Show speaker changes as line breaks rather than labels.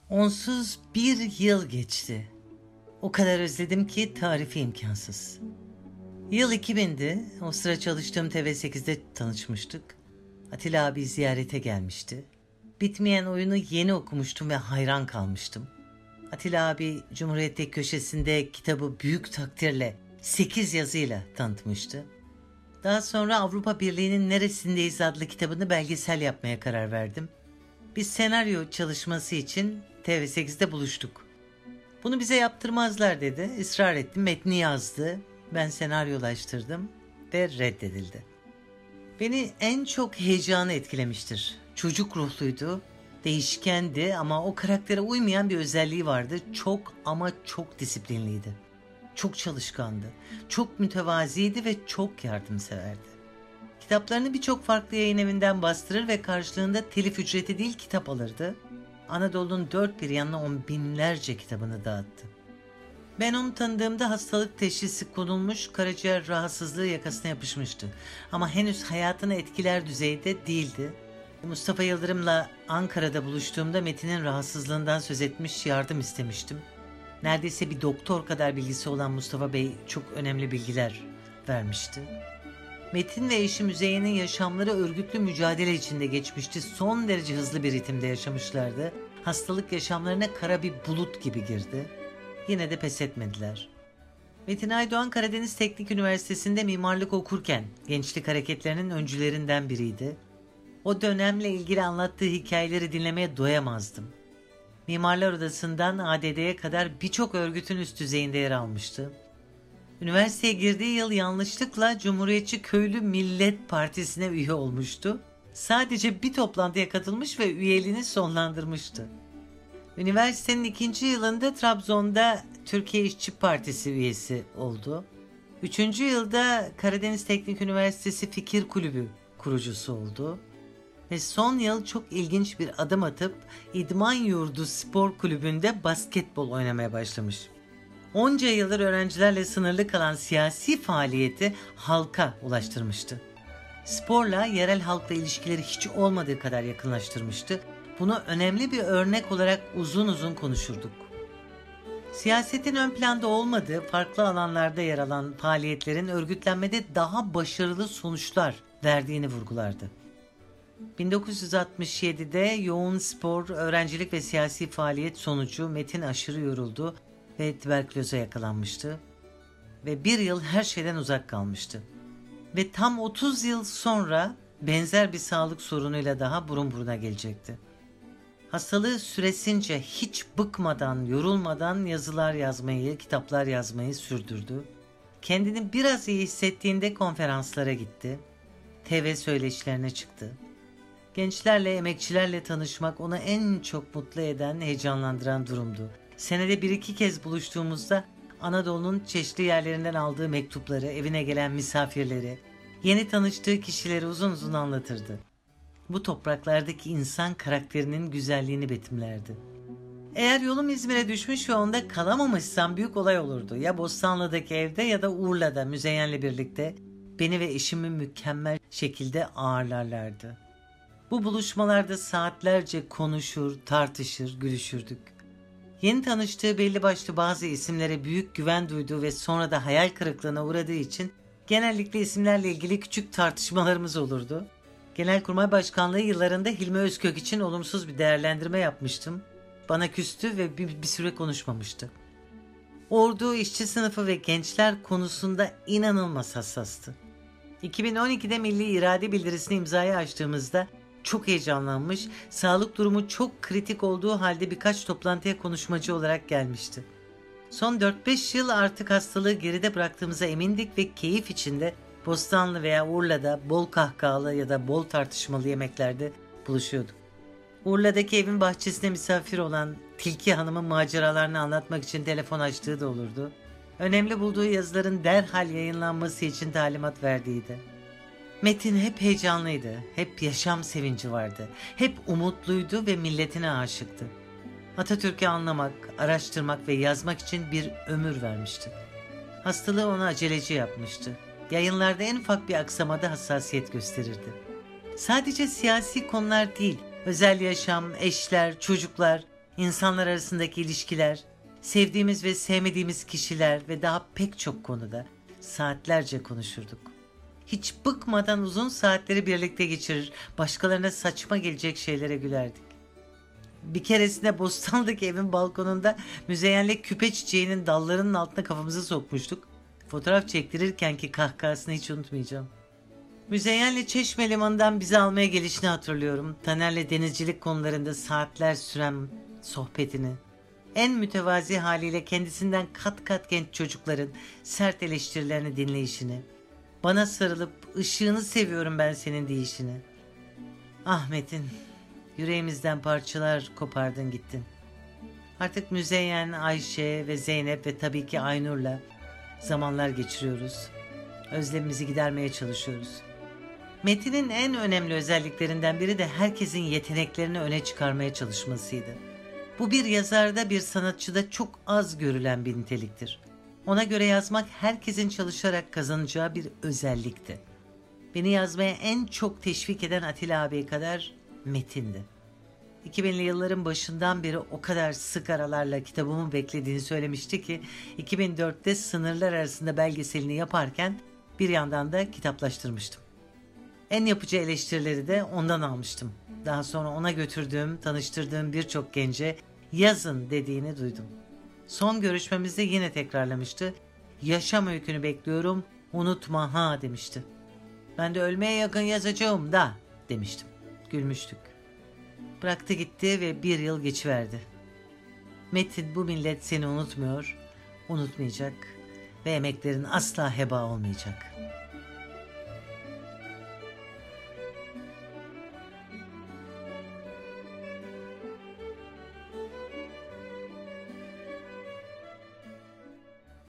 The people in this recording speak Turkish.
Onsuz bir yıl geçti. O kadar özledim ki tarifi imkansız. Yıl 2000'di. O sıra çalıştığım TV8'de tanışmıştık. Atilla abi ziyarete gelmişti. Bitmeyen oyunu yeni okumuştum ve hayran kalmıştım. Atilla abi Cumhuriyet'teki köşesinde kitabı büyük takdirle 8 yazıyla tanıtmıştı. Daha sonra Avrupa Birliği'nin Neresindeyiz adlı kitabını belgesel yapmaya karar verdim. Bir senaryo çalışması için TV8'de buluştuk. Bunu bize yaptırmazlar dedi. Israr ettim, metni yazdı. Ben senaryolaştırdım ve reddedildi. Beni en çok heyecanı etkilemiştir. Çocuk ruhluydu, değişkendi ama o karaktere uymayan bir özelliği vardı. Çok ama çok disiplinliydi. Çok çalışkandı, çok mütevaziydi ve çok yardımseverdi. Kitaplarını birçok farklı yayın evinden bastırır ve karşılığında telif ücreti değil kitap alırdı. Anadolu'nun dört bir yanına on binlerce kitabını dağıttı. Ben onu tanıdığımda hastalık teşhisi konulmuş, karaciğer rahatsızlığı yakasına yapışmıştı. Ama henüz hayatını etkiler düzeyde değildi. Mustafa Yıldırım'la Ankara'da buluştuğumda Metin'in rahatsızlığından söz etmiş, yardım istemiştim. Neredeyse bir doktor kadar bilgisi olan Mustafa Bey çok önemli bilgiler vermişti. Metin ve eşi Müzeyyen'in yaşamları örgütlü mücadele içinde geçmişti. Son derece hızlı bir ritimde yaşamışlardı. Hastalık yaşamlarına kara bir bulut gibi girdi. Yine de pes etmediler. Metin Aydoğan Karadeniz Teknik Üniversitesi'nde mimarlık okurken gençlik hareketlerinin öncülerinden biriydi. O dönemle ilgili anlattığı hikayeleri dinlemeye doyamazdım. Mimarlar Odası'ndan ADD'ye kadar birçok örgütün üst düzeyinde yer almıştı. Üniversiteye girdiği yıl yanlışlıkla Cumhuriyetçi Köylü Millet Partisi'ne üye olmuştu. Sadece bir toplantıya katılmış ve üyeliğini sonlandırmıştı. Üniversitenin ikinci yılında Trabzon'da Türkiye İşçi Partisi üyesi oldu. Üçüncü yılda Karadeniz Teknik Üniversitesi Fikir Kulübü kurucusu oldu. Ve son yıl çok ilginç bir adım atıp İdman Yurdu Spor Kulübü'nde basketbol oynamaya başlamış. Onca yıldır öğrencilerle sınırlı kalan siyasi faaliyeti halka ulaştırmıştı. Sporla yerel halkla ilişkileri hiç olmadığı kadar yakınlaştırmıştı. Bunu önemli bir örnek olarak uzun uzun konuşurduk. Siyasetin ön planda olmadığı farklı alanlarda yer alan faaliyetlerin örgütlenmede daha başarılı sonuçlar verdiğini vurgulardı. 1967'de yoğun spor, öğrencilik ve siyasi faaliyet sonucu Metin aşırı yoruldu ve tüberküloza yakalanmıştı. Ve bir yıl her şeyden uzak kalmıştı. Ve tam 30 yıl sonra benzer bir sağlık sorunuyla daha burun buruna gelecekti. Hastalığı süresince hiç bıkmadan, yorulmadan yazılar yazmayı, kitaplar yazmayı sürdürdü. Kendini biraz iyi hissettiğinde konferanslara gitti. TV söyleşilerine çıktı. Gençlerle, emekçilerle tanışmak onu en çok mutlu eden, heyecanlandıran durumdu. Senede bir iki kez buluştuğumuzda Anadolu'nun çeşitli yerlerinden aldığı mektupları, evine gelen misafirleri, yeni tanıştığı kişileri uzun uzun anlatırdı. Bu topraklardaki insan karakterinin güzelliğini betimlerdi. Eğer yolum İzmir'e düşmüş ve onda kalamamışsam büyük olay olurdu. Ya Bostanlı'daki evde ya da Urla'da Müzeyyen'le birlikte beni ve eşimi mükemmel şekilde ağırlarlardı. Bu buluşmalarda saatlerce konuşur, tartışır, gülüşürdük. Yeni tanıştığı belli başlı bazı isimlere büyük güven duyduğu ve sonra da hayal kırıklığına uğradığı için genellikle isimlerle ilgili küçük tartışmalarımız olurdu. Genelkurmay Başkanlığı yıllarında Hilmi Özkök için olumsuz bir değerlendirme yapmıştım. Bana küstü ve bir süre konuşmamıştı. Ordu, işçi sınıfı ve gençler konusunda inanılmaz hassastı. 2012'de Milli İrade Bildirisi'ni imzaya açtığımızda çok heyecanlanmış, sağlık durumu çok kritik olduğu halde birkaç toplantıya konuşmacı olarak gelmişti. Son 4-5 yıl artık hastalığı geride bıraktığımıza emindik ve keyif içinde Bostanlı veya Urla'da bol kahkahalı ya da bol tartışmalı yemeklerde buluşuyorduk. Urla'daki evin bahçesine misafir olan Tilki Hanım'ın maceralarını anlatmak için telefon açtığı da olurdu. Önemli bulduğu yazıların derhal yayınlanması için talimat verdiydi. Metin hep heyecanlıydı, hep yaşam sevinci vardı, hep umutluydu ve milletine aşıktı. Atatürk'ü anlamak, araştırmak ve yazmak için bir ömür vermişti. Hastalığı onu aceleci yapmıştı. Yayınlarda en ufak bir aksamada hassasiyet gösterirdi. Sadece siyasi konular değil, özel yaşam, eşler, çocuklar, İnsanlar arasındaki ilişkiler, sevdiğimiz ve sevmediğimiz kişiler ve daha pek çok konuda saatlerce konuşurduk. Hiç bıkmadan uzun saatleri birlikte geçirir, başkalarına saçma gelecek şeylere gülerdik. Bir keresinde Bostanlı'daki evin balkonunda Müzeyyen'le küpe çiçeğinin dallarının altına kafamızı sokmuştuk. Fotoğraf çektirirkenki kahkahasını hiç unutmayacağım. Müzeyyen'le Çeşme Limanı'ndan bizi almaya gelişini hatırlıyorum. Taner'le denizcilik konularında saatler süren sohbetini. En mütevazi haliyle kendisinden kat kat genç çocukların sert eleştirilerini dinleyişini. Bana sarılıp ışığını seviyorum ben senin deyişini. Ahmet'in yüreğimizden parçalar kopardın gittin. Artık Müzeyyen, Ayşe ve Zeynep ve tabii ki Aynur'la zamanlar geçiriyoruz. Özlemimizi gidermeye çalışıyoruz. Metin'in en önemli özelliklerinden biri de herkesin yeteneklerini öne çıkarmaya çalışmasıydı. Bu bir yazarda, bir sanatçıda çok az görülen bir niteliktir. Ona göre yazmak herkesin çalışarak kazanacağı bir özellikti. Beni yazmaya en çok teşvik eden Atilla abi kadar Metin'di. 2000'li yılların başından beri o kadar sık aralarla kitabımı beklediğini söylemişti ki 2004'te Sınırlar Arasında belgeselini yaparken bir yandan da kitaplaştırmıştım. En yapıcı eleştirileri de ondan almıştım. Daha sonra ona götürdüğüm, tanıştırdığım birçok gence yazın dediğini duydum. Son görüşmemizde yine tekrarlamıştı. Yaşam öykünü bekliyorum, unutma ha demişti. Ben de ölmeye yakın yazacağım da demiştim. Gülmüştük. Bıraktı gitti ve bir yıl geçiverdi. Metin, bu millet seni unutmuyor, unutmayacak ve emeklerin asla heba olmayacak.